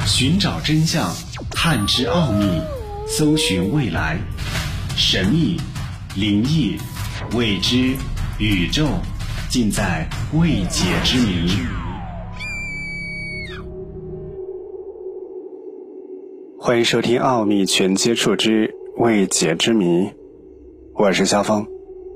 寻找真相，探知奥秘，搜寻未来。神秘、灵异、未知、宇宙，尽在未解之谜。欢迎收听《奥秘全接触之未解之谜》，我是肖峰。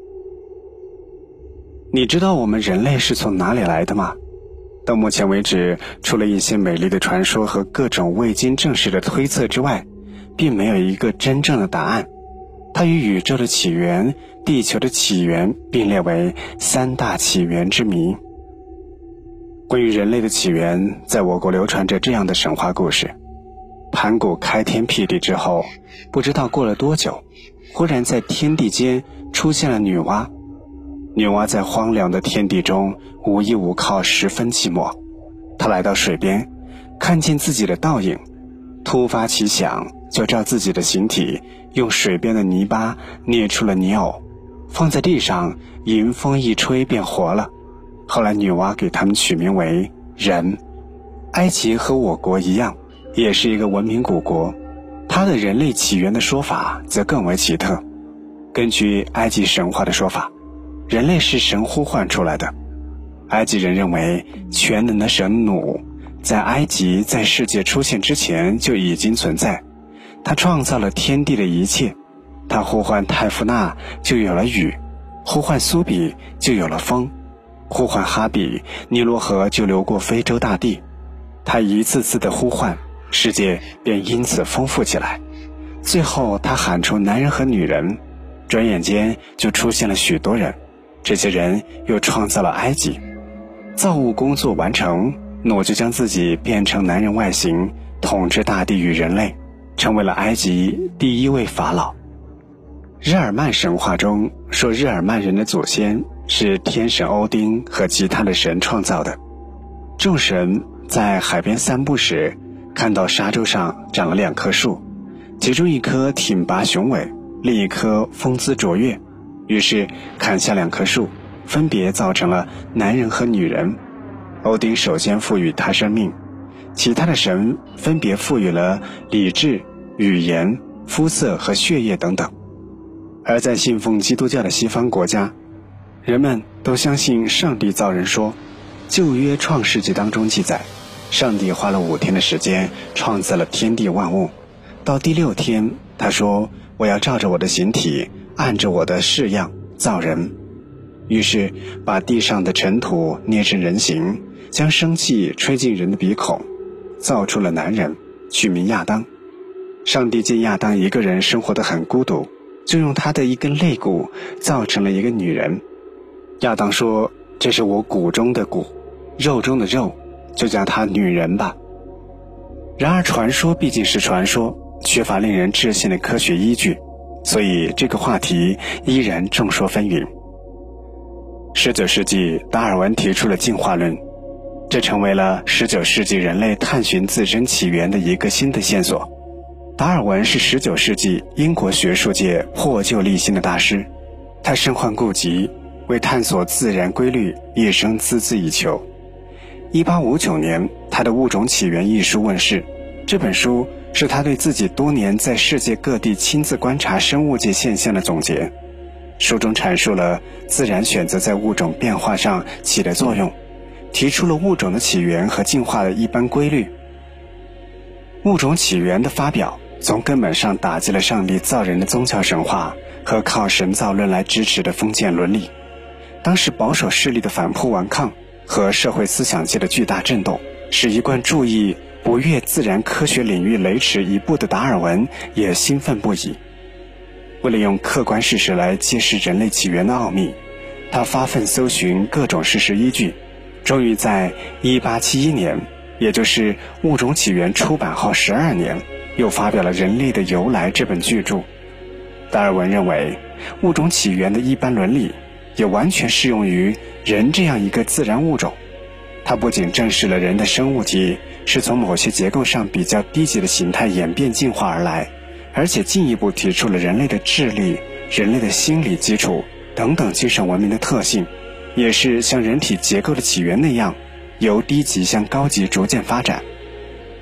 你知道我们人类是从哪里来的吗？到目前为止，除了一些美丽的传说和各种未经证实的推测之外，并没有一个真正的答案。它与宇宙的起源、地球的起源并列为三大起源之谜。关于人类的起源，在我国流传着这样的神话故事：盘古开天辟地之后，不知道过了多久，忽然在天地间出现了女娲。女娲在荒凉的天地中无依无靠，十分寂寞。她来到水边，看见自己的倒影，突发奇想，就照自己的形体用水边的泥巴捏出了泥偶，放在地上，迎风一吹便活了。后来女娲给他们取名为人。埃及和我国一样，也是一个文明古国，它的人类起源的说法则更为奇特。根据埃及神话的说法，人类是神呼唤出来的。埃及人认为全能的神努在埃及在世界出现之前就已经存在，他创造了天地的一切。他呼唤泰夫纳就有了雨，呼唤苏比就有了风，呼唤哈比，尼罗河就流过非洲大地。他一次次的呼唤，世界便因此丰富起来。最后他喊出男人和女人，转眼间就出现了许多人，这些人又创造了埃及。造物工作完成，努就将自己变成男人外形，统治大地与人类，成为了埃及第一位法老。日耳曼神话中说，日耳曼人的祖先是天神欧丁和其他的神创造的。众神在海边散步时，看到沙洲上长了两棵树，其中一棵挺拔雄伟，另一棵风姿卓越，于是砍下两棵树，分别造成了男人和女人。欧丁首先赋予他生命，其他的神分别赋予了理智、语言、肤色和血液等等。而在信奉基督教的西方国家，人们都相信上帝造人说。旧约创世纪当中记载，上帝花了5天的时间创造了天地万物，到第6天他说，我要照着我的形体，按着我的式样造人。于是把地上的尘土捏成人形，将生气吹进人的鼻孔，造出了男人，取名亚当。上帝见亚当一个人生活得很孤独，就用他的一根肋骨造成了一个女人。亚当说，这是我骨中的骨，肉中的肉，就叫她女人吧。然而传说毕竟是传说，缺乏令人置信的科学依据，所以这个话题依然众说纷纭。19世纪，达尔文提出了进化论，这成为了19世纪人类探寻自身起源的一个新的线索。达尔文是19世纪英国学术界破旧立新的大师，他身患痼疾，为探索自然规律一生孜孜以求。1859年，他的《物种起源》一书问世，这本书是他对自己多年在世界各地亲自观察生物界现象的总结。书中阐述了自然选择在物种变化上起的作用，提出了物种的起源和进化的一般规律。物种起源的发表从根本上打击了上帝造人的宗教神话和靠神造论来支持的封建伦理。当时保守势力的反扑顽抗和社会思想界的巨大震动，使一贯注意不越自然科学领域雷池一步的达尔文也兴奋不已。为了用客观事实来揭示人类起源的奥秘，他发奋搜寻各种事实依据，终于在1871年，也就是《物种起源》出版后12年，又发表了《人类的由来》这本巨著。达尔文认为，物种起源的一般伦理也完全适用于人这样一个自然物种。他不仅证实了人的生物体是从某些结构上比较低级的形态演变进化而来，而且进一步提出了人类的智力、人类的心理基础等等精神文明的特性，也是像人体结构的起源那样，由低级向高级逐渐发展。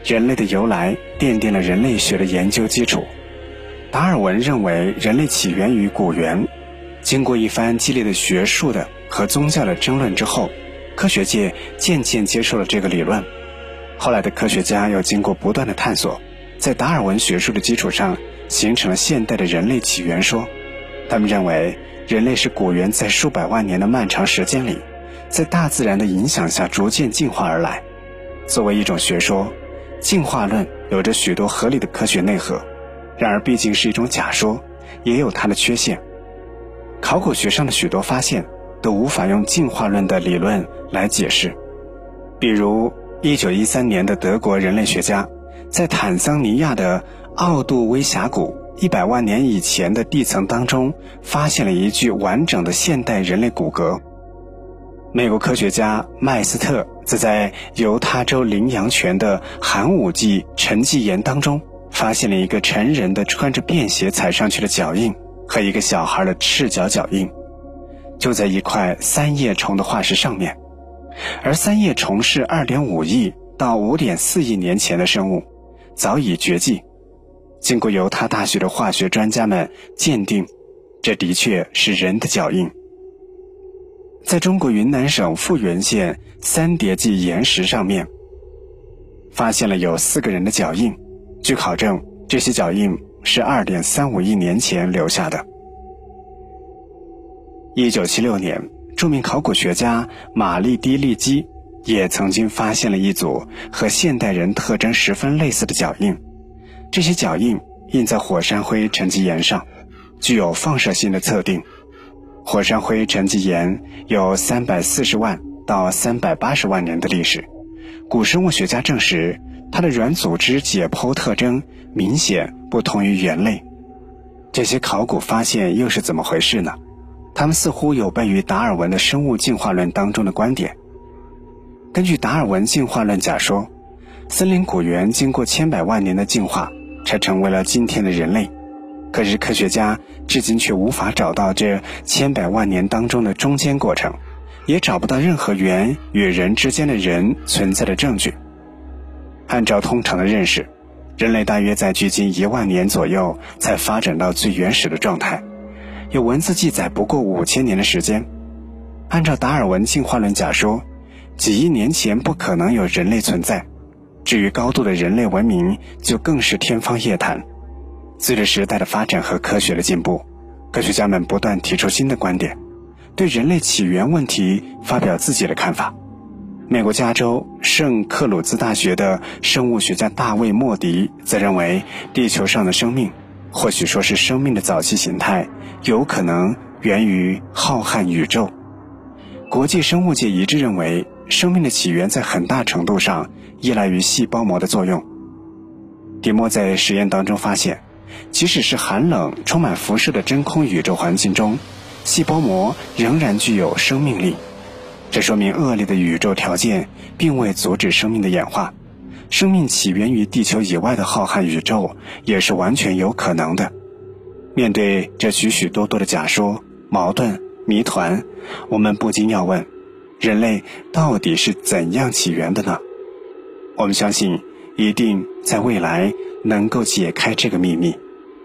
人类的由来奠定了人类学的研究基础。达尔文认为人类起源于古猿，经过一番激烈的学术的和宗教的争论之后，科学界渐渐接受了这个理论。后来的科学家又经过不断的探索，在达尔文学术的基础上形成了现代的人类起源说。他们认为人类是古猿在数百万年的漫长时间里，在大自然的影响下逐渐进化而来。作为一种学说，进化论有着许多合理的科学内核，然而毕竟是一种假说，也有它的缺陷。考古学上的许多发现都无法用进化论的理论来解释。比如1913年的德国人类学家在坦桑尼亚的奥杜威峡谷100万年以前的地层当中发现了一具完整的现代人类骨骼。美国科学家麦斯特则在犹他州羚羊泉的寒武纪沉积岩当中发现了一个成人的穿着便鞋踩上去的脚印和一个小孩的赤脚脚印，就在一块三叶虫的化石上面。而三叶虫是2.5亿到5.4亿年前的生物，早已绝迹。经过犹他大学的化学专家们鉴定，这的确是人的脚印。在中国云南省富源县三叠纪岩石上面发现了有4个人的脚印，据考证，这些脚印是2.35亿年前留下的。1976年，著名考古学家玛丽迪利基也曾经发现了一组和现代人特征十分类似的脚印，这些脚印印在火山灰沉积岩上，具有放射性的测定。火山灰沉积岩有340万到380万年的历史，古生物学家证实它的软组织解剖特征明显不同于猿类。这些考古发现又是怎么回事呢？它们似乎有悖于达尔文的生物进化论当中的观点。根据达尔文进化论假说，森林古猿经过千百万年的进化才成为了今天的人类，可是科学家至今却无法找到这千百万年当中的中间过程，也找不到任何猿与人之间的人存在的证据。按照通常的认识，人类大约在距今1万年左右才发展到最原始的状态，有文字记载不过5000年的时间。按照达尔文进化论假说，几亿年前不可能有人类存在，至于高度的人类文明就更是天方夜谭。随着时代的发展和科学的进步，科学家们不断提出新的观点，对人类起源问题发表自己的看法。美国加州圣克鲁兹大学的生物学家大卫·莫迪则认为，地球上的生命，或许说是生命的早期形态，有可能源于浩瀚宇宙。国际生物界一致认为，生命的起源在很大程度上依赖于细胞膜的作用。迪莫在实验当中发现，即使是寒冷充满辐射的真空宇宙环境中，细胞膜仍然具有生命力。这说明恶劣的宇宙条件并未阻止生命的演化，生命起源于地球以外的浩瀚宇宙也是完全有可能的。面对这许许多多的假说、矛盾、谜团，我们不禁要问，人类到底是怎样起源的呢？我们相信一定在未来能够解开这个秘密。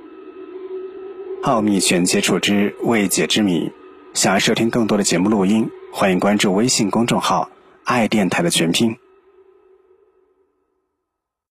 奥秘全接触之未解之谜。想要收听更多的节目录音，欢迎关注微信公众号爱电台的全拼。